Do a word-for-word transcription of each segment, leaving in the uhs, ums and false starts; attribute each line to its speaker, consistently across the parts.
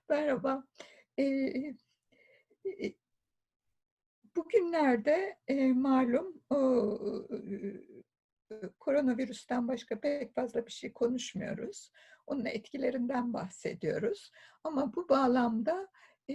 Speaker 1: Merhaba. Eee, eee, Bugünlerde, eee, malum, ooo, ııı, koronavirüsten başka pek fazla bir şey konuşmuyoruz. Onun etkilerinden bahsediyoruz. Ama bu bağlamda,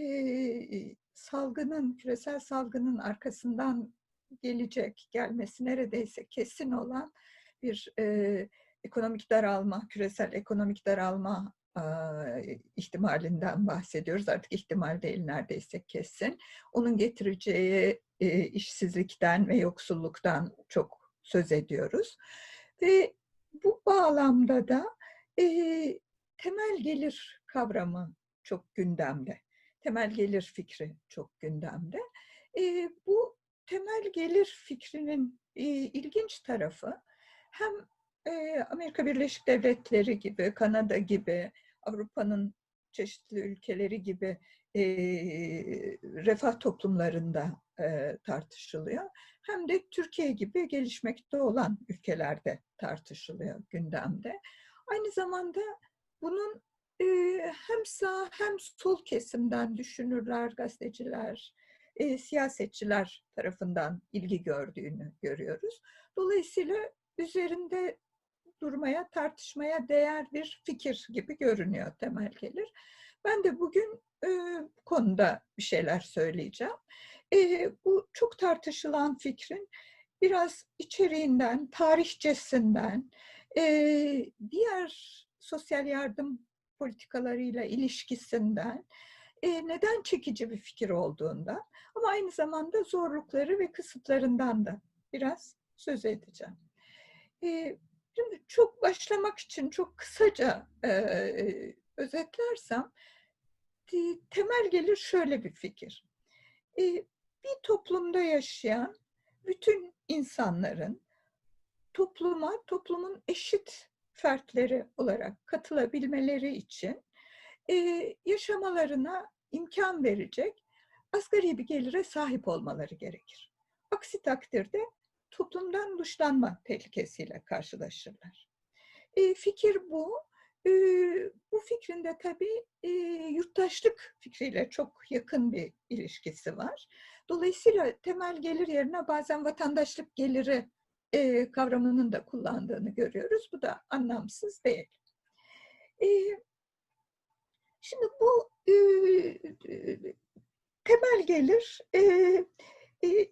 Speaker 1: eee, salgının, küresel salgının arkasından gelecek, gelmesi neredeyse kesin olan bir, eee, ekonomik daralma, küresel ekonomik daralma, aaa, ihtimalinden bahsediyoruz. Artık ihtimal değil, neredeyse kesin. Onun getireceği, eee, işsizlikten ve yoksulluktan çok söz ediyoruz ve bu bağlamda da, eee, temel gelir kavramı çok gündemde. Temel gelir fikri çok gündemde. Eee, bu temel gelir fikrinin, iii, ilginç tarafı hem, eee, Amerika Birleşik Devletleri gibi, Kanada gibi, Avrupa'nın çeşitli ülkeleri gibi, eee, refah toplumlarında, eee, tartışılıyor. Hem de Türkiye gibi gelişmekte olan ülkelerde tartışılıyor, gündemde. Aynı zamanda bunun, eee, hem sağ hem sol kesimden düşünürler, gazeteciler, eee, siyasetçiler tarafından ilgi gördüğünü görüyoruz. Dolayısıyla üzerinde durmaya, tartışmaya değer bir fikir gibi görünüyor temel gelir. Ben de bugün, eee, bu konuda bir şeyler söyleyeceğim. Eee, bu çok tartışılan fikrin biraz içeriğinden, tarihçesinden, eee, diğer sosyal yardım politikalarıyla ilişkisinden, eee, neden çekici bir fikir olduğundan ama aynı zamanda zorlukları ve kısıtlarından da biraz söz edeceğim. Eee, Şimdi çok başlamak için çok kısaca, eee, özetlersem, ti temel gelir şöyle bir fikir. Eee, Bir toplumda yaşayan bütün insanların topluma, toplumun eşit fertleri olarak katılabilmeleri için, eee, yaşamalarına imkân verecek asgari bir gelire sahip olmaları gerekir. Aksi takdirde toplumdan dışlanma tehlikesiyle karşılaşırlar. Eee, fikir bu. Eee, bu fikrin de tabii, eee, yurttaşlık fikriyle çok yakın bir ilişkisi var. Dolayısıyla temel gelir yerine bazen vatandaşlık geliri, eee, kavramının da kullandığını görüyoruz. Bu da anlamsız değil. Eee, Şimdi bu, eee, temel gelir, eee, eee,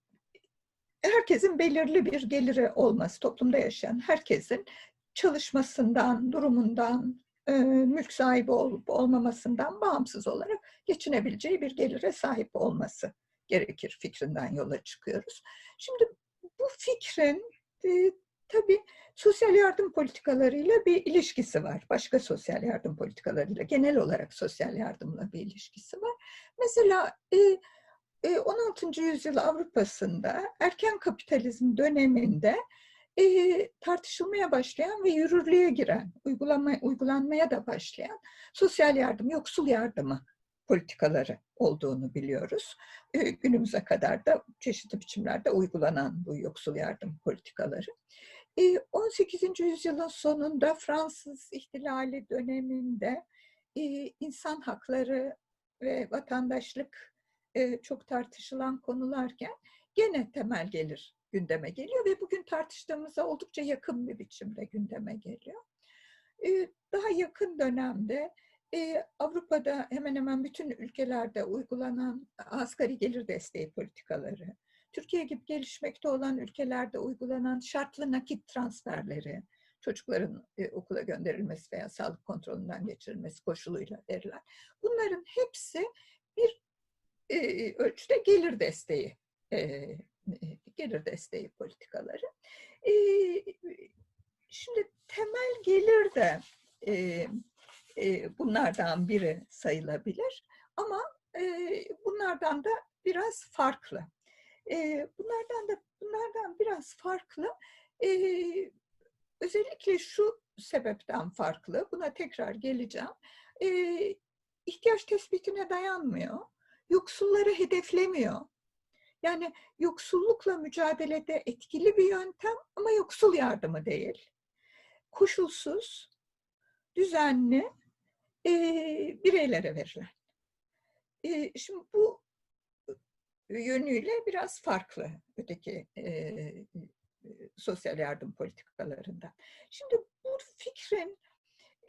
Speaker 1: herkesin belirli bir geliri olması, toplumda yaşayan herkesin çalışmasından, durumundan, eee, mülk sahibi olup olmamasından bağımsız olarak geçinebileceği bir gelire sahip olması gerekir fikrinden yola çıkıyoruz. Şimdi bu fikrin, eee, tabii sosyal yardım politikalarıyla bir ilişkisi var. Başka sosyal yardım politikalarıyla, genel olarak sosyal yardımla bir ilişkisi var. Mesela, eee Eee, on altıncı yüzyıl Avrupa'sında erken kapitalizm döneminde, eee, tartışılmaya başlayan ve yürürlüğe giren, uygulama uygulanmaya da başlayan sosyal yardım, yoksul yardımı politikaları olduğunu biliyoruz. Eee, günümüze kadar da çeşitli biçimlerde uygulanan bu yoksul yardım politikaları. Eee, on sekizinci yüzyılın sonunda Fransız İhtilali döneminde, eee, insan hakları ve vatandaşlık, eee, çok tartışılan konularken gene temel gelir gündeme geliyor ve bugün tartıştığımıza oldukça yakın bir biçimde gündeme geliyor. Eee, daha yakın dönemde, eee, Avrupa'da hemen hemen bütün ülkelerde uygulanan asgari gelir desteği politikaları, Türkiye gibi gelişmekte olan ülkelerde uygulanan şartlı nakit transferleri, çocukların, eee, okula gönderilmesi veya sağlık kontrolünden geçirilmesi koşuluyla verilen, bunların hepsi bir, eee, ölçüde gelir desteği, eee, gelir desteği politikaları. Eee, Şimdi temel gelir de, eee, eee, bunlardan biri sayılabilir ama, eee, bunlardan da biraz farklı. Eee, bunlardan da bunlardan biraz farklı. Eee, Özellikle şu sebepten farklı, buna tekrar geleceğim. Eee, ihtiyaç tespitine dayanmıyor, yoksulları hedeflemiyor. Yani yoksullukla mücadelede etkili bir yöntem ama yoksul yardımı değil. Koşulsuz, düzenli, e, bireylere verilen. E, şimdi bu yönüyle biraz farklı öteki e, e, sosyal yardım politikalarından. Şimdi bu fikrin e,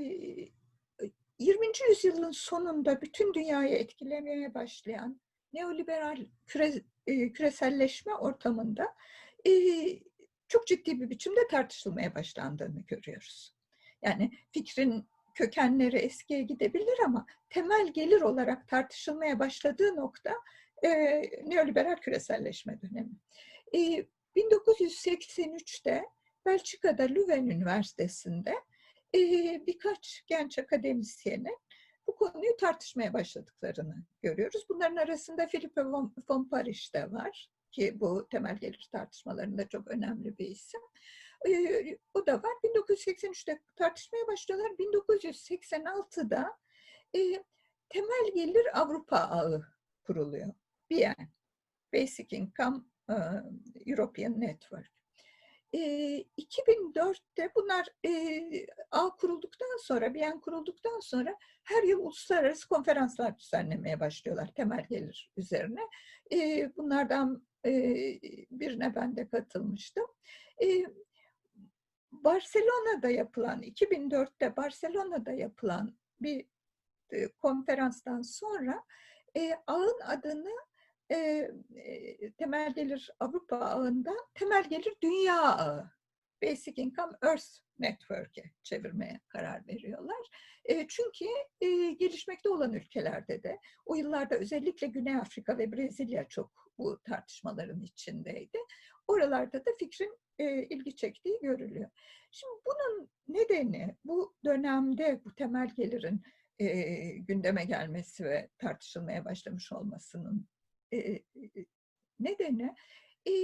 Speaker 1: yirminci yüzyılın sonunda bütün dünyayı etkilemeye başlayan neoliberal küre, e, küreselleşme ortamında e, çok ciddi bir biçimde tartışılmaya başlandığını görüyoruz. Yani fikrin kökenleri eskiye gidebilir ama temel gelir olarak tartışılmaya başladığı nokta e, neoliberal küreselleşme dönemi. E, bin dokuz yüz seksen üçte Belçika'da Leuven Üniversitesi'nde e, birkaç genç akademisyenin bu konuyu tartışmaya başladıklarını görüyoruz. Bunların arasında Philippe von Parijs de var ki bu temel gelir tartışmalarında çok önemli bir isim. E, o da var. bin dokuz yüz seksen üçte tartışmaya başlıyorlar. bin dokuz yüz seksen altıda e, temel gelir Avrupa ağı kuruluyor. B I N, Basic Income uh, European Network. E, iki bin dörtte bunlar e, ağ kurulduktan sonra, B I N kurulduktan sonra her yıl uluslararası konferanslar düzenlemeye başlıyorlar temel gelir üzerine. E, bunlardan e, birine ben de katılmıştım. E, Barcelona'da yapılan, iki bin dörtte Barcelona'da yapılan bir e, konferanstan sonra e, ağın adını e, e, temel gelir Avrupa ağından temel gelir dünya ağı, Basic Income Earth Network'e çevirmeye karar veriyorlar. E, çünkü e, gelişmekte olan ülkelerde de o yıllarda özellikle Güney Afrika ve Brezilya çok bu tartışmaların içindeydi. Oralarda da fikrin e, ilgi çektiği görülüyor. Şimdi bunun nedeni bu dönemde bu temel gelirin e, gündeme gelmesi ve tartışılmaya başlamış olmasının e, nedeni e,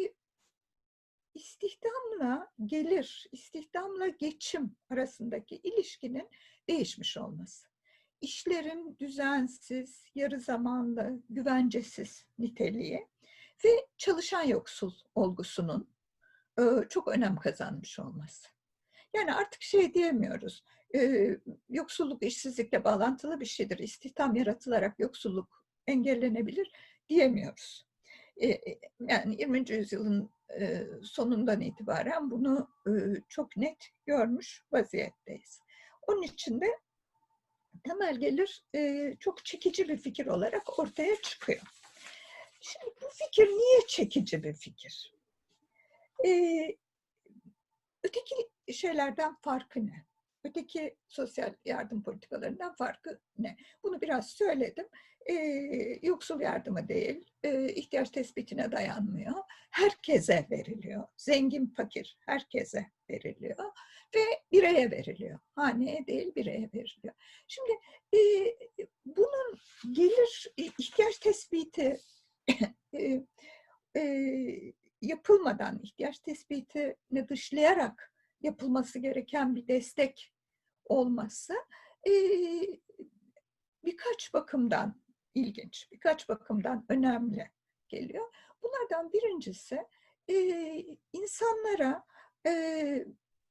Speaker 1: istihdamla gelir, istihdamla geçim arasındaki ilişkinin değişmiş olması. İşlerin düzensiz, yarı zamanlı, güvencesiz niteliği ve çalışan yoksul olgusunun e, çok önem kazanmış olması. Yani artık şey diyemiyoruz, e, yoksulluk işsizlikle bağlantılı bir şeydir, istihdam yaratılarak yoksulluk engellenebilir diyemiyoruz. E, yani yirminci yüzyılın e, sonundan itibaren bunu e, çok net görmüş vaziyetteyiz. Onun için de temel gelir e, çok çekici bir fikir olarak ortaya çıkıyor. Şimdi bu fikir niye çekici bir fikir? E, öteki şeylerden farkı ne? Öteki sosyal yardım politikalarından farkı ne? Bunu biraz söyledim. Ee, yoksul yardımı değil, e, ihtiyaç tespitine dayanmıyor. Herkese veriliyor. Zengin, fakir, herkese veriliyor. Ve bireye veriliyor. Haneye değil, bireye veriliyor. Şimdi e, bunun gelir, ihtiyaç tespiti e, e, yapılmadan, ihtiyaç tespitini dışlayarak yapılması gereken bir destek olması e, birkaç bakımdan ilginç, birkaç bakımdan önemli geliyor. Bunlardan birincisi e, insanlara e,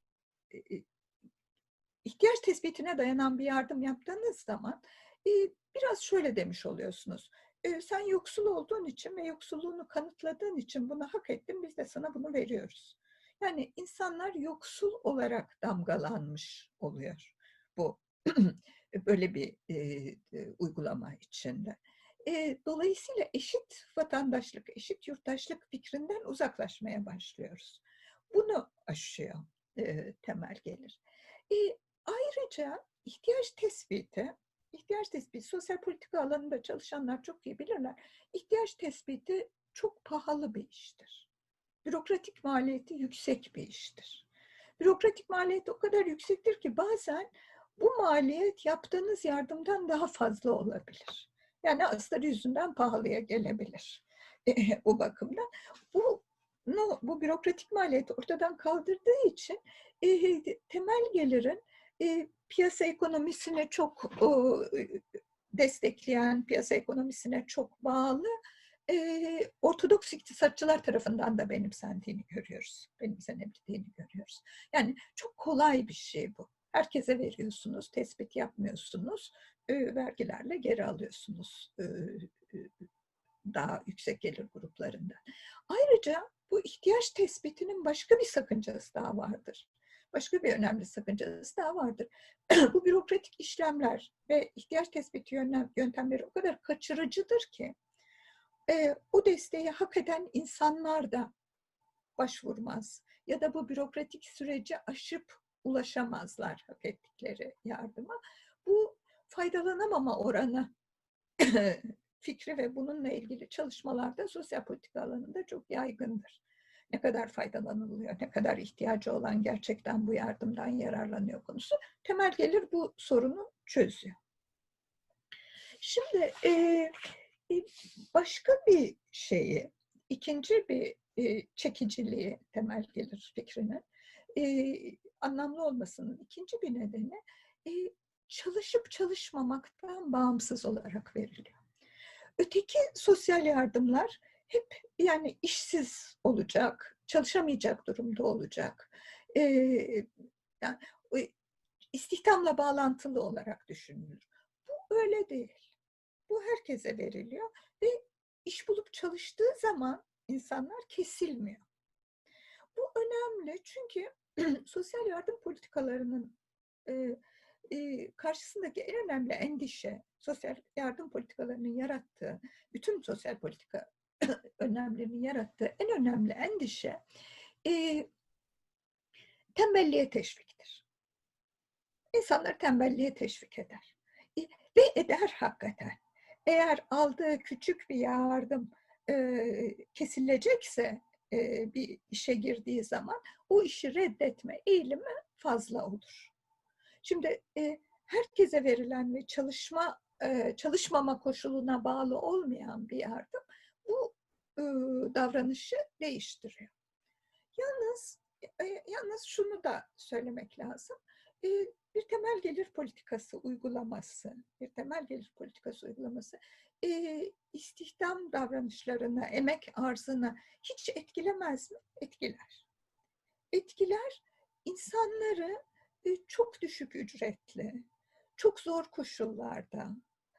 Speaker 1: ihtiyaç tespitine dayanan bir yardım yaptığınız zaman e, biraz şöyle demiş oluyorsunuz. E, sen yoksul olduğun için ve yoksulluğunu kanıtladığın için bunu hak ettin, biz de sana bunu veriyoruz. Yani insanlar yoksul olarak damgalanmış oluyor bu böyle bir e, e, uygulama içinde. E, dolayısıyla eşit vatandaşlık, eşit yurttaşlık fikrinden uzaklaşmaya başlıyoruz. Bunu aşıyor e, temel gelir. E, ayrıca ihtiyaç tespiti, ihtiyaç tespiti, sosyal politika alanında çalışanlar çok iyi bilirler. İhtiyaç tespiti çok pahalı bir iştir. Bürokratik maliyeti yüksek bir iştir. Bürokratik maliyeti o kadar yüksektir ki bazen bu maliyet yaptığınız yardımdan daha fazla olabilir. Yani astarı yüzünden pahalıya gelebilir. E, o bakımdan bu no, bu bürokratik maliyeti ortadan kaldırdığı için e, temel gelirin e, piyasa ekonomisine çok e, destekleyen, piyasa ekonomisine çok bağlı e, Ortodoks iktisatçılar tarafından da benimsendiğini görüyoruz. Benimsenebildiğini görüyoruz. Yani çok kolay bir şey bu. Herkese veriyorsunuz, tespit yapmıyorsunuz, e, vergilerle geri alıyorsunuz e, e, daha yüksek gelir gruplarından. Ayrıca bu ihtiyaç tespitinin başka bir sakıncası daha vardır. Başka bir önemli sakıncası daha vardır. Bu bürokratik işlemler ve ihtiyaç tespiti yöntemleri o kadar kaçırıcıdır ki e, o desteği hak eden insanlar da başvurmaz ya da bu bürokratik süreci aşıp ulaşamazlar hak ettikleri yardıma. Bu faydalanamama oranı fikri ve bununla ilgili çalışmalarda sosyal politika alanında çok yaygındır. Ne kadar faydalanılıyor, ne kadar ihtiyacı olan gerçekten bu yardımdan yararlanıyor konusu. Temel gelir bu sorunu çözüyor. Şimdi e, başka bir şeyi, ikinci bir e, çekiciliği temel gelir fikrinin e, anlamlı olmasının ikinci bir nedeni e, çalışıp çalışmamaktan bağımsız olarak veriliyor. Öteki sosyal yardımlar hep yani işsiz olacak, çalışamayacak durumda olacak. E, yani, istihdamla bağlantılı olarak düşünülür. Bu öyle değil. Bu herkese veriliyor ve iş bulup çalıştığı zaman insanlar kesilmiyor. Bu önemli çünkü sosyal yardım politikalarının e, e, karşısındaki en önemli endişe, sosyal yardım politikalarının yarattığı, bütün sosyal politika önlemlerinin yarattığı en önemli endişe e, tembelliğe teşviktir. İnsanları tembelliğe teşvik eder. E, ve eder hakikaten. Eğer aldığı küçük bir yardım e, kesilecekse e, bir işe girdiği zaman o işi reddetme eğilimi fazla olur. Şimdi e, herkese verilen ve çalışma e, çalışmama koşuluna bağlı olmayan bir yardım bu e, davranışı değiştiriyor. Yalnız e, yalnız şunu da söylemek lazım. E, bir temel gelir politikası uygulaması, bir temel gelir politikası uygulaması e, istihdam davranışlarına, emek arzına hiç etkilemez mi? Etkiler. Etkiler insanları e, çok düşük ücretli, çok zor koşullarda,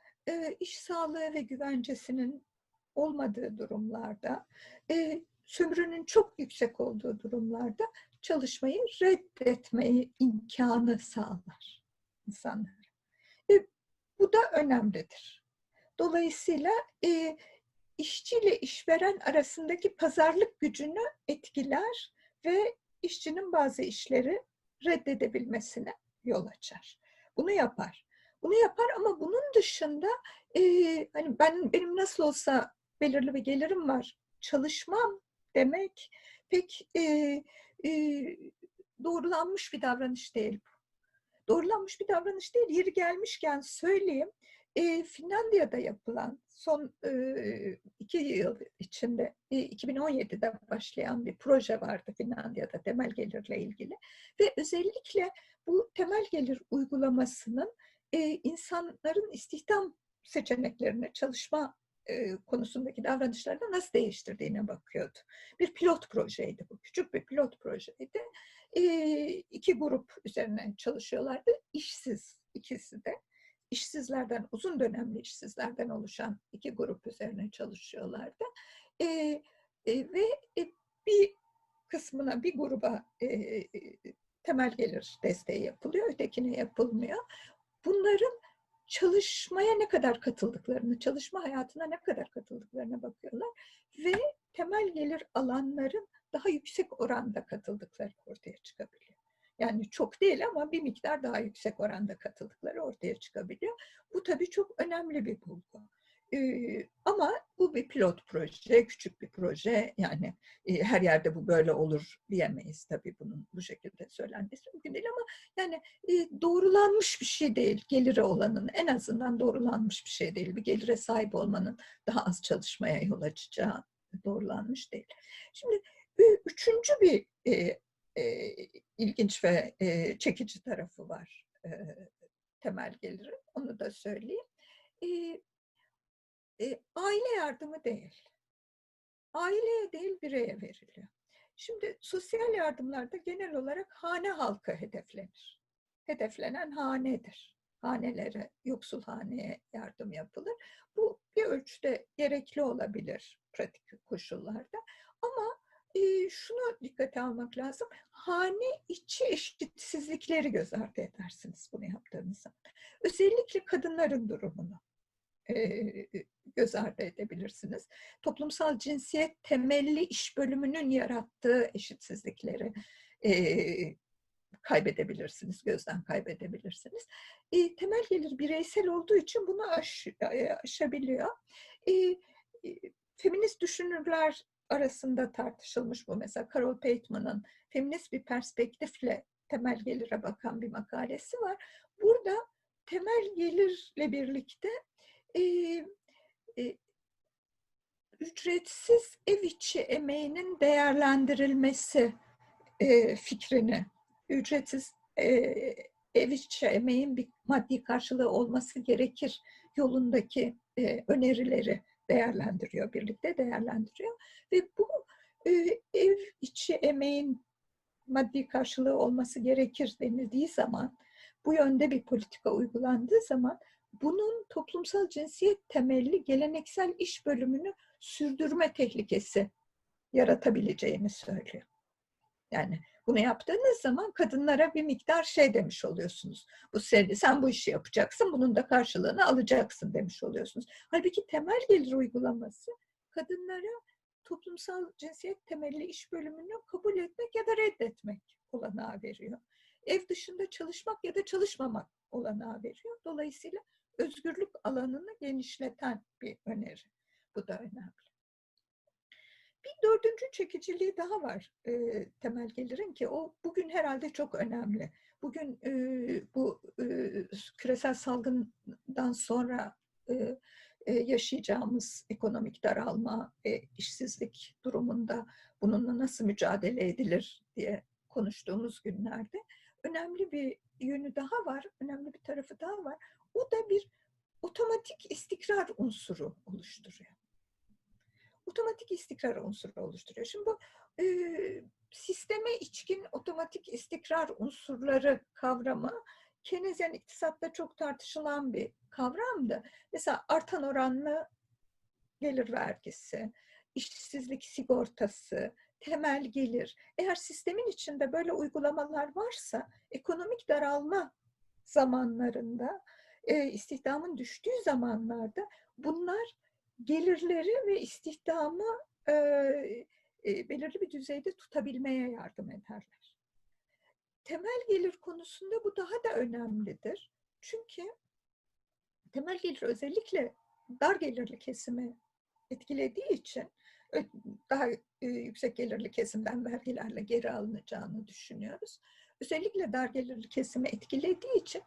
Speaker 1: e, iş sağlığı ve güvencesinin olmadığı durumlarda, e, sömürünün çok yüksek olduğu durumlarda çalışmayı reddetmeyi imkanı sağlar insanlara. E, bu da önemlidir. Dolayısıyla e, işçiyle işveren arasındaki pazarlık gücünü etkiler ve işçinin bazı işleri reddedebilmesine yol açar. Bunu yapar. Bunu yapar ama bunun dışında e, hani ben benim nasıl olsa belirli bir gelirim var, çalışmam demek pek e, e, doğrulanmış bir davranış değil. Doğrulanmış bir davranış değil. Yeri gelmişken söyleyeyim. E, Finlandiya'da yapılan son e, iki yıl içinde e, iki bin on yedide başlayan bir proje vardı Finlandiya'da temel gelirle ilgili ve özellikle bu temel gelir uygulamasının e, insanların istihdam seçeneklerine, çalışma e, konusundaki davranışlarını nasıl değiştirdiğine bakıyordu. Bir pilot projeydi bu, küçük bir pilot projeydi. E, iki grup üzerine çalışıyorlardı. İşsiz ikisi de. İşsizlerden, uzun dönemli işsizlerden oluşan iki grup üzerine çalışıyorlardı. E, e, ve e, bir kısmına, bir gruba e, e, temel gelir desteği yapılıyor, ötekine yapılmıyor. Bunların çalışmaya ne kadar katıldıklarını, çalışma hayatına ne kadar katıldıklarına bakıyorlar ve temel gelir alanların daha yüksek oranda katıldıkları ortaya çıkabiliyor. Yani çok değil ama bir miktar daha yüksek oranda katıldıkları ortaya çıkabiliyor. Bu tabii çok önemli bir bulgu. Ee, ama bu bir pilot proje, küçük bir proje. Yani e, her yerde bu böyle olur diyemeyiz tabii bunun bu şekilde söylenmesi mümkün değil ama yani e, doğrulanmış bir şey değil. Geliri olanın en azından doğrulanmış bir şey değil. Bir gelire sahip olmanın daha az çalışmaya yol açacağı doğrulanmış değil. Şimdi üçüncü bir e, e, ilginç ve e, çekici tarafı var e, temel gelirin. Onu da söyleyeyim. E, e, aile yardımı değil. Aileye değil bireye veriliyor. Şimdi sosyal yardımlarda genel olarak hane halkı hedeflenir. hedeflenen hanedir. Hanelere, yoksul haneye yardım yapılır. Bu bir ölçüde gerekli olabilir pratik koşullarda. Ama e, şunu dikkate almak lazım. Hane içi eşitsizlikleri göz ardı edersiniz bunu yaptığınız zaman. Özellikle kadınların durumunu e, göz ardı edebilirsiniz. Toplumsal cinsiyet temelli iş bölümünün yarattığı eşitsizlikleri e, kaybedebilirsiniz, gözden kaybedebilirsiniz. E, temel gelir bireysel olduğu için bunu aş, e, aşabiliyor. E, e, feminist düşünürler arasında tartışılmış bu. Mesela Carol Pateman'ın feminist bir perspektifle temel gelire bakan bir makalesi var. Burada temel gelirle birlikte e, e, ücretsiz ev içi emeğinin değerlendirilmesi e, fikrini, ücretsiz e, ev içi emeğin bir maddi karşılığı olması gerekir yolundaki e, önerileri değerlendiriyor, birlikte değerlendiriyor. Ve bu e, ev içi emeğin maddi karşılığı olması gerekir denildiği zaman, bu yönde bir politika uygulandığı zaman bunun toplumsal cinsiyet temelli geleneksel iş bölümünü sürdürme tehlikesi yaratabileceğini söylüyor. Yani bunu yaptığınız zaman kadınlara bir miktar şey demiş oluyorsunuz. Bu sen, sen bu işi yapacaksın, bunun da karşılığını alacaksın demiş oluyorsunuz. Halbuki temel gelir uygulaması kadınlara toplumsal cinsiyet temelli iş bölümünü kabul etmek ya da reddetmek olanağı veriyor. Ev dışında çalışmak ya da çalışmamak olanağı veriyor. Dolayısıyla özgürlük alanını genişleten bir öneri. Bu da önemli. Bir dördüncü çekiciliği daha var e, temel gelirin ki o bugün herhalde çok önemli. Bugün e, bu e, küresel salgından sonra e, e, yaşayacağımız ekonomik daralma, e, işsizlik durumunda bununla nasıl mücadele edilir diye konuştuğumuz günlerde önemli bir yönü daha var, önemli bir tarafı daha var. O da bir otomatik istikrar unsuru oluşturuyor. Otomatik istikrar unsuru oluşturuyor. Şimdi bu e, sisteme içkin otomatik istikrar unsurları kavramı Keynesian iktisatta çok tartışılan bir kavramdı. Mesela artan oranlı gelir vergisi, işsizlik sigortası, temel gelir. Eğer sistemin içinde böyle uygulamalar varsa ekonomik daralma zamanlarında, e, istihdamın düştüğü zamanlarda bunlar gelirleri ve istihdamı e, e, belirli bir düzeyde tutabilmeye yardım ederler. Temel gelir konusunda bu daha da önemlidir. Çünkü temel gelir özellikle dar gelirli kesimi etkilediği için daha yüksek gelirli kesimden vergilerle geri alınacağını düşünüyoruz. Özellikle dar gelirli kesimi etkilediği için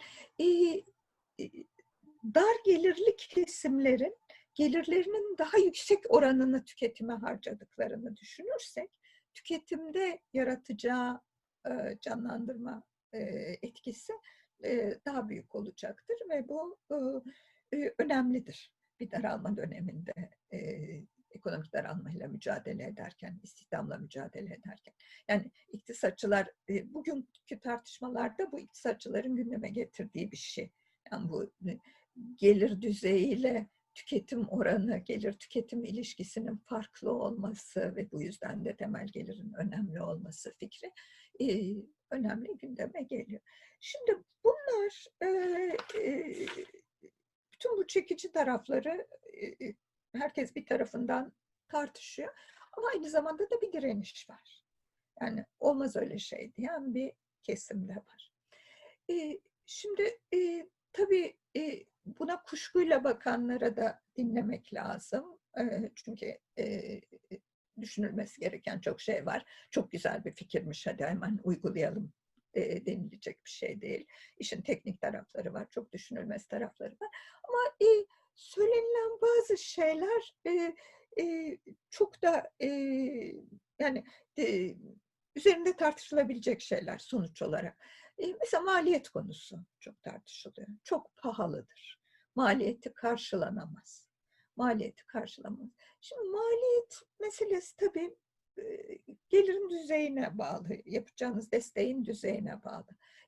Speaker 1: dar gelirli kesimlerin gelirlerinin daha yüksek oranını tüketime harcadıklarını düşünürsek, tüketimde yaratacağı canlandırma etkisi daha büyük olacaktır ve bu önemlidir bir daralma döneminde, ekonomik daralmayla mücadele ederken, istihdamla mücadele ederken. Yani iktisatçılar, bugünkü tartışmalarda bu iktisatçıların gündeme getirdiği bir şey. Yani bu gelir düzeyiyle tüketim oranı, gelir tüketim ilişkisinin farklı olması ve bu yüzden de temel gelirin önemli olması fikri e, önemli gündeme geliyor. Şimdi bunlar e, e, bütün bu çekici tarafları e, herkes bir tarafından tartışıyor ama aynı zamanda da bir direniş var. Yani olmaz öyle şey diyen bir kesim de var. E, şimdi e, tabii e, buna kuşkuyla bakanlara da dinlemek lazım. E, çünkü e, düşünülmesi gereken çok şey var. Çok güzel bir fikirmiş, hadi hemen uygulayalım e, denilecek bir şey değil. İşin teknik tarafları var, çok düşünülmesi tarafları var. Ama e, söylenilen bazı şeyler e, e, çok da e, yani e, üzerinde tartışılabilecek şeyler sonuç olarak. E, mesela maliyet konusu çok tartışılıyor. Çok pahalıdır. Maliyeti karşılanamaz. Maliyeti karşılamaz. Şimdi maliyet meselesi tabii e, gelirin düzeyine bağlı, yapacağınız desteğin düzeyine bağlı.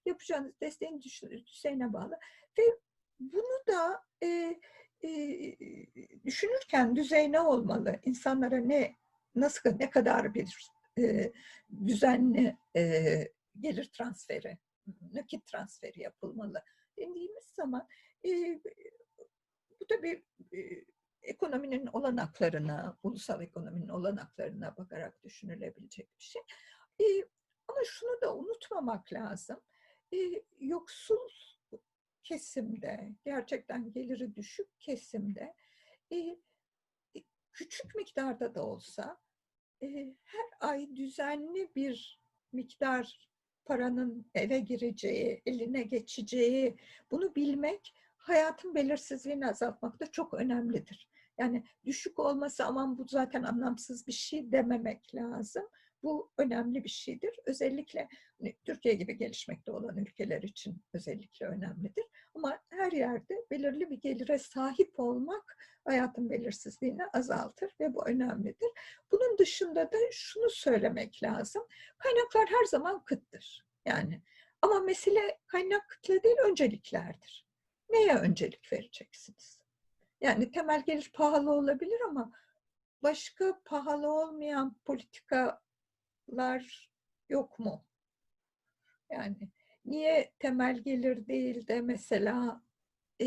Speaker 1: yapacağınız desteğin düzeyine bağlı. Ve bunu da e, e, düşünürken düzey ne olmalı? İnsanlara ne, nasıl, ne kadar bir e, düzenli e, gelir transferi, nakit transferi yapılmalı dediğimiz zaman e, bu tabii e, ekonominin olanaklarına, ulusal ekonominin olanaklarına bakarak düşünülebilecek bir şey. E, ama şunu da unutmamak lazım. E, yoksul kesimde, gerçekten geliri düşük kesimde e, küçük miktarda da olsa e, her ay düzenli bir miktar paranın eve gireceği, eline geçeceği, bunu bilmek hayatın belirsizliğini azaltmakta çok önemlidir. Yani düşük olması aman bu zaten anlamsız bir şey dememek lazım. Bu önemli bir şeydir. Özellikle hani, Türkiye gibi gelişmekte olan ülkeler için özellikle önemlidir. Ama her yerde belirli bir gelire sahip olmak hayatın belirsizliğini azaltır ve bu önemlidir. Bunun dışında da şunu söylemek lazım. Kaynaklar her zaman kıttır. Yani ama mesele kaynak kıtlığı değil, önceliklerdir. Neye öncelik vereceksiniz? Yani temel gelir pahalı olabilir ama başka pahalı olmayan politikalar yok mu? Yani niye temel gelir değil de mesela e,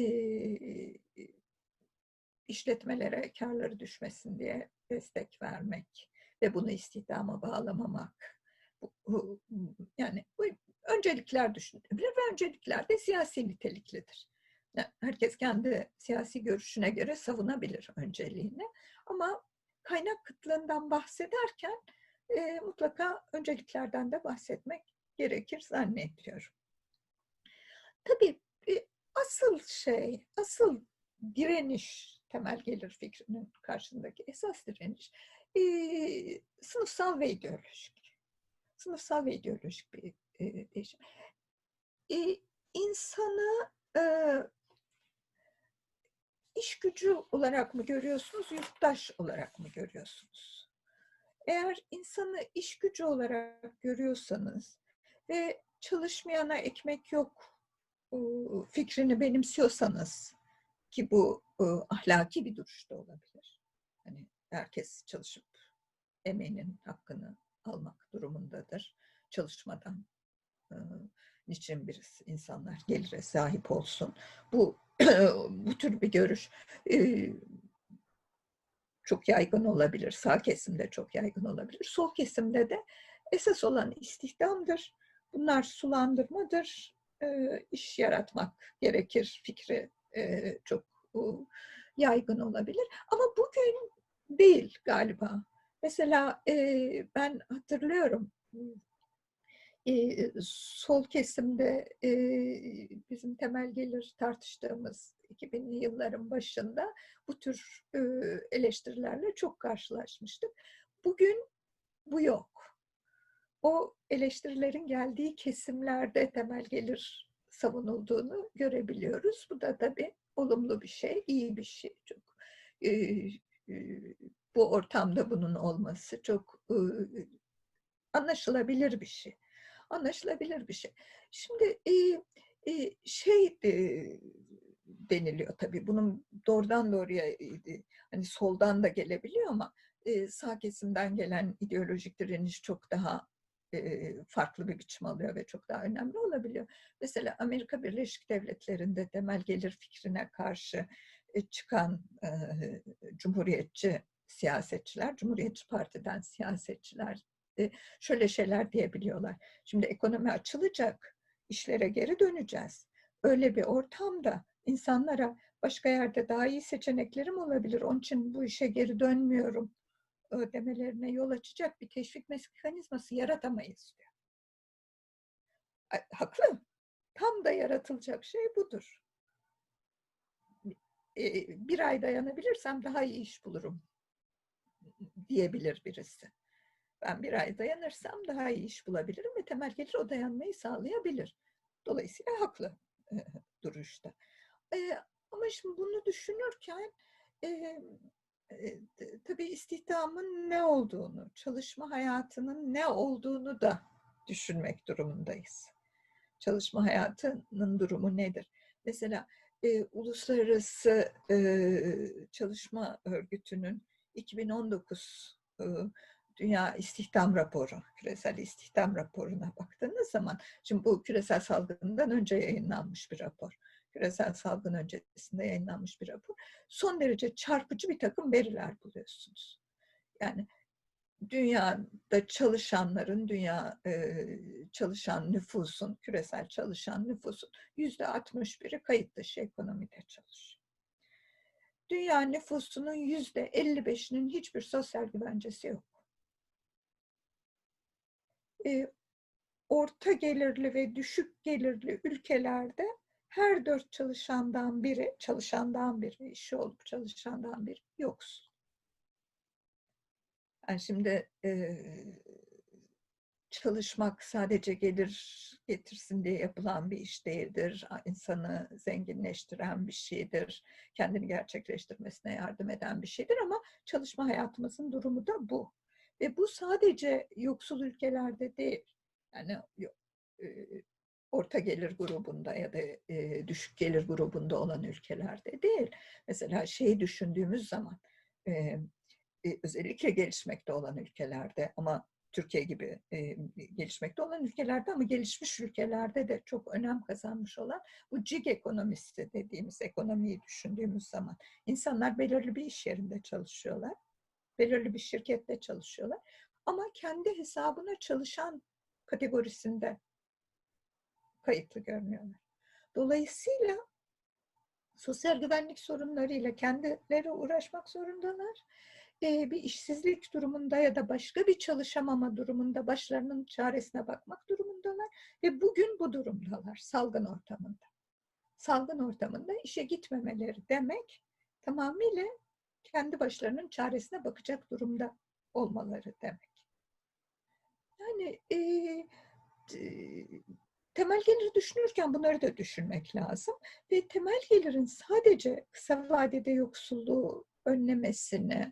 Speaker 1: işletmelere karları düşmesin diye destek vermek ve bunu istihdama bağlamamak. Bu, bu, yani bu öncelikler düşünülebilir ve öncelikler de siyasi niteliklidir. Yani herkes kendi siyasi görüşüne göre savunabilir önceliğini. Ama kaynak kıtlığından bahsederken e, mutlaka önceliklerden de bahsetmek gerekir zannediyorum. Tabii e, asıl şey, asıl direniş, temel gelir fikrinin karşısındaki esas direniş e, sınıfsal ve ideolojik. Sınıfsal ve ideolojik bir e, değişim. E, insanı e, iş gücü olarak mı görüyorsunuz, yurttaş olarak mı görüyorsunuz? Eğer insanı iş gücü olarak görüyorsanız ve çalışmayana ekmek yok fikrini benimsiyorsanız, ki bu e, ahlaki bir duruşta olabilir. Hani herkes çalışıp emeğinin hakkını almak durumundadır. Çalışmadan e, niçin birisi insanlar gelire sahip olsun? Bu bu tür bir görüş e, çok yaygın olabilir. Sağ kesimde çok yaygın olabilir. Sol kesimde de esas olan istihdamdır. Bunlar sulandırmadır. E, iş yaratmak gerekir fikri e, çok e, yaygın olabilir. Ama bugün değil galiba. Mesela e, ben hatırlıyorum e, sol kesimde e, bizim temel gelir tartıştığımız iki binli yılların başında bu tür e, eleştirilerle çok karşılaşmıştık. Bugün bu yok. O eleştirilerin geldiği kesimlerde temel gelir savunulduğunu görebiliyoruz. Bu da tabii olumlu bir şey, iyi bir şey. Çok e, e, bu ortamda bunun olması çok e, anlaşılabilir bir şey. Anlaşılabilir bir şey. Şimdi e, e, şey e, deniliyor tabii. Bunun doğrudan doğruya e, hani soldan da gelebiliyor ama e, sağ kesimden gelen ideolojik direniş çok daha e, farklı bir biçim alıyor ve çok daha önemli olabiliyor. Mesela Amerika Birleşik Devletleri'nde temel gelir fikrine karşı e, çıkan e, cumhuriyetçi siyasetçiler, Cumhuriyetçi Parti'den siyasetçiler e, şöyle şeyler diyebiliyorlar. Şimdi ekonomi açılacak, işlere geri döneceğiz. Öyle bir ortamda insanlara başka yerde daha iyi seçeneklerim olabilir. Onun için bu işe geri dönmüyorum demelerine yol açacak bir teşvik mekanizması yaratamayız diyor. Haklı. Tam da yaratılacak şey budur. Bir ay dayanabilirsem daha iyi iş bulurum diyebilir birisi. Ben bir ay dayanırsam daha iyi iş bulabilirim ve temel gelir o dayanmayı sağlayabilir. Dolayısıyla haklı e, duruşta. E, ama şimdi bunu düşünürken e, e, tabii istihdamın ne olduğunu, çalışma hayatının ne olduğunu da düşünmek durumundayız. çalışma hayatının durumu nedir? Mesela e, Uluslararası e, Çalışma Örgütü'nün iki bin on dokuz e, Dünya İstihdam Raporu, küresel istihdam raporuna baktığınız zaman, şimdi bu küresel salgından önce yayınlanmış bir rapor. Küresel salgın öncesinde yayınlanmış bir rapor. Son derece çarpıcı bir takım veriler buluyorsunuz. Yani dünyada çalışanların, dünya e, çalışan nüfusun, küresel çalışan nüfusun yüzde altmış biri kayıt dışı ekonomide çalışıyor. Dünya nüfusunun yüzde elli beşinin hiçbir sosyal güvencesi yok. E, orta gelirli ve düşük gelirli ülkelerde her dört çalışandan biri, çalışandan biri, işi olup çalışandan biri yoksul. Yani şimdi e, çalışmak sadece gelir getirsin diye yapılan bir iş değildir. İnsanı zenginleştiren bir şeydir. Kendini gerçekleştirmesine yardım eden bir şeydir ama çalışma hayatımızın durumu da bu. Ve bu sadece yoksul ülkelerde değil. Yani orta gelir grubunda ya da düşük gelir grubunda olan ülkelerde değil. Mesela şeyi düşündüğümüz zaman özellikle gelişmekte olan ülkelerde ama Türkiye gibi e, gelişmekte olan ülkelerde ama gelişmiş ülkelerde de çok önem kazanmış olan bu gig ekonomisi dediğimiz ekonomiyi düşündüğümüz zaman insanlar belirli bir iş yerinde çalışıyorlar, belirli bir şirkette çalışıyorlar ama kendi hesabına çalışan kategorisinde kayıtlı görünüyorlar. Dolayısıyla sosyal güvenlik sorunlarıyla kendileri uğraşmak zorundalar. Ee, bir işsizlik durumunda ya da başka bir çalışamama durumunda başlarının çaresine bakmak durumundalar ve bugün bu durumdalar salgın ortamında. Salgın ortamında işe gitmemeleri demek tamamıyla kendi başlarının çaresine bakacak durumda olmaları demek. Yani e, e, temel geliri düşünürken bunları da düşünmek lazım. Ve temel gelirin sadece kısa vadede yoksulluğu önlemesini,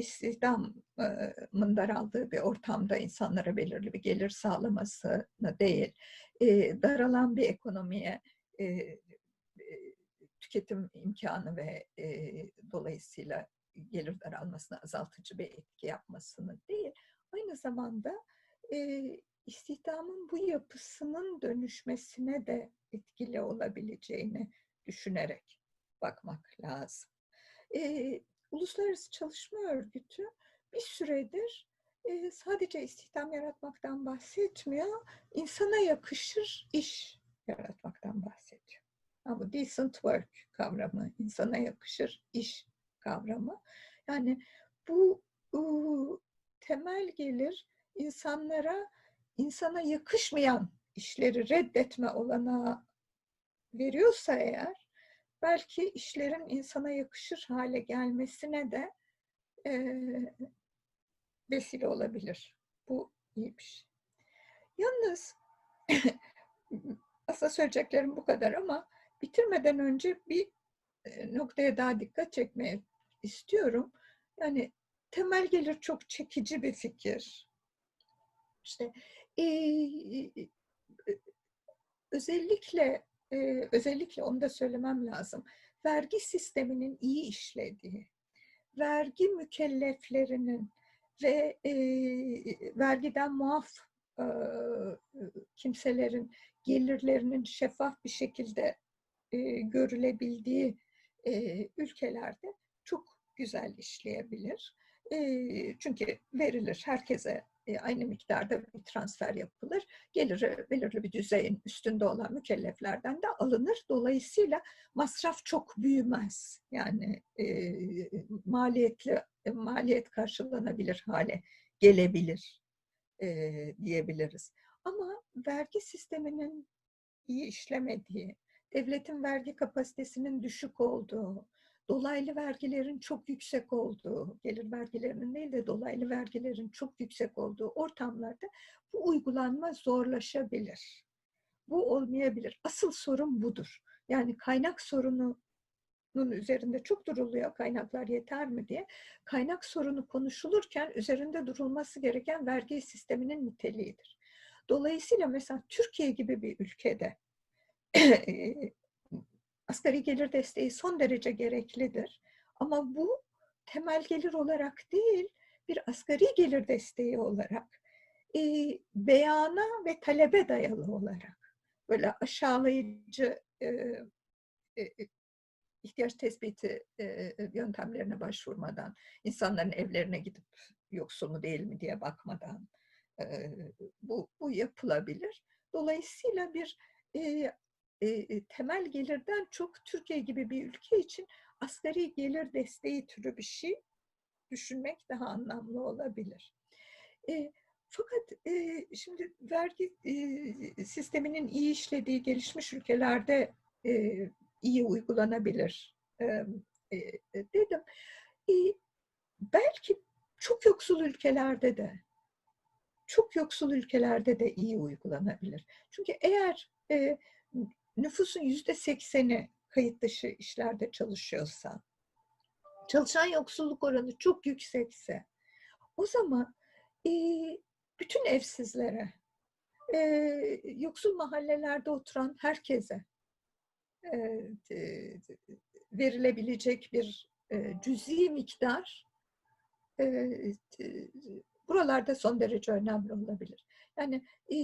Speaker 1: istihdamın daraldığı bir ortamda insanlara belirli bir gelir sağlamasını değil, e, daralan bir ekonomiye e, tüketim imkanı ve e, dolayısıyla gelir daralmasına azaltıcı bir etki yapmasını değil, aynı zamanda e, istihdamın bu yapısının dönüşmesine de etkili olabileceğini düşünerek bakmak lazım. E, Uluslararası Çalışma Örgütü bir süredir e, sadece istihdam yaratmaktan bahsetmiyor, insana yakışır iş yaratmaktan bahsediyor. Bu decent work kavramı, insana yakışır iş kavramı. Yani bu, bu temel gelir insanlara insana yakışmayan işleri reddetme olanağı veriyorsa eğer, belki işlerin insana yakışır hale gelmesine de e, vesile olabilir. Bu iyi bir şey. Yalnız aslında söyleyeceklerim bu kadar ama bitirmeden önce bir noktaya daha dikkat çekmeye istiyorum. Yani temel gelir çok çekici bir fikir. İşte e, özellikle e, özellikle onu da söylemem lazım. Vergi sisteminin iyi işlediği, vergi mükelleflerinin ve e, vergiden muaf e, kimselerin gelirlerinin şeffaf bir şekilde e, görülebildiği e, ülkelerde çok güzel işleyebilir. E, çünkü verilir herkese e, aynı miktarda bir transfer yapılır. Geliri belirli bir düzeyin üstünde olan mükelleflerden de alınır. Dolayısıyla masraf çok büyümez. Yani e, maliyetli maliyet karşılanabilir hale gelebilir e, diyebiliriz. Ama vergi sisteminin iyi işlemediği, devletin vergi kapasitesinin düşük olduğu, dolaylı vergilerin çok yüksek olduğu, gelir vergilerinin değil de dolaylı vergilerin çok yüksek olduğu ortamlarda bu uygulanma zorlaşabilir. Bu olmayabilir. Asıl sorun budur. Yani kaynak sorununun üzerinde çok duruluyor, kaynaklar yeter mi diye. Kaynak sorunu konuşulurken üzerinde durulması gereken vergi sisteminin niteliğidir. Dolayısıyla mesela Türkiye gibi bir ülkede asgari gelir desteği son derece gereklidir. Ama bu temel gelir olarak değil, bir asgari gelir desteği olarak, e, beyana ve talebe dayalı olarak, böyle aşağılayıcı e, e, ihtiyaç tespiti e, yöntemlerine başvurmadan, insanların evlerine gidip yoksul mu değil mi diye bakmadan e, bu, bu yapılabilir. Dolayısıyla bir e, e, temel gelirden çok Türkiye gibi bir ülke için asgari gelir desteği türü bir şey düşünmek daha anlamlı olabilir. E, fakat e, şimdi vergi e, sisteminin iyi işlediği gelişmiş ülkelerde e, iyi uygulanabilir e, e, dedim. E, belki çok yoksul ülkelerde de çok yoksul ülkelerde de iyi uygulanabilir. Çünkü eğer e, nüfusun yüzde sekseni kayıt dışı işlerde çalışıyorsa, çalışan yoksulluk oranı çok yüksekse, o zaman e, bütün evsizlere, e, yoksul mahallelerde oturan herkese e, e, verilebilecek bir e, cüzi miktar e, e, buralarda son derece önemli olabilir. Yani e,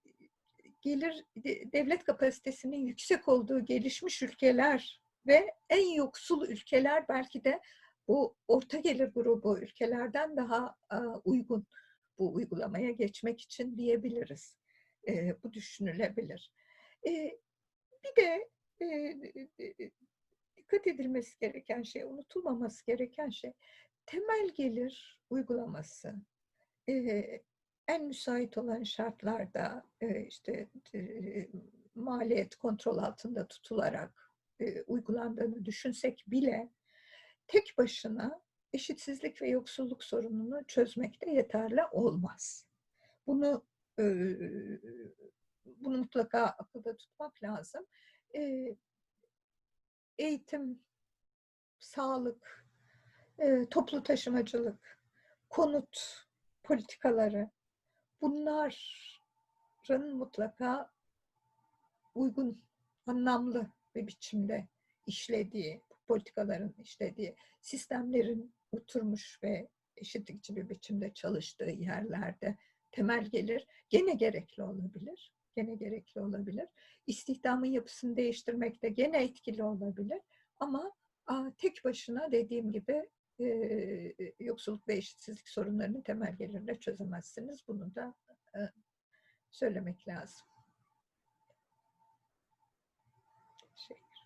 Speaker 1: gelir devlet kapasitesinin yüksek olduğu gelişmiş ülkeler ve en yoksul ülkeler belki de bu orta gelir grubu ülkelerden daha uh, uygun bu uygulamaya geçmek için diyebiliriz. E, bu düşünülebilir. E, bir de e, e, dikkat edilmesi gereken şey, unutulmaması gereken şey, temel gelir uygulaması e, en müsait olan şartlarda e, işte e, maliyet kontrol altında tutularak e, uygulandığını düşünsek bile tek başına eşitsizlik ve yoksulluk sorununu çözmekte yeterli olmaz. Bunu e, bunu mutlaka akılda tutmak lazım. E, eğitim, sağlık, e, toplu taşımacılık, konut politikaları, bunların mutlaka uygun, anlamlı bir biçimde işlediği, politikaların işlediği, sistemlerin oturmuş ve eşitlikçi bir biçimde çalıştığı yerlerde temel gelir gene gerekli olabilir. Gene gerekli olabilir. İstihdamın yapısını değiştirmek de gene etkili olabilir. Ama a, tek başına dediğim gibi e, yoksulluk ve eşitsizlik sorunlarını temel gelirle çözemezsiniz. Bunu da e, söylemek lazım. Şey.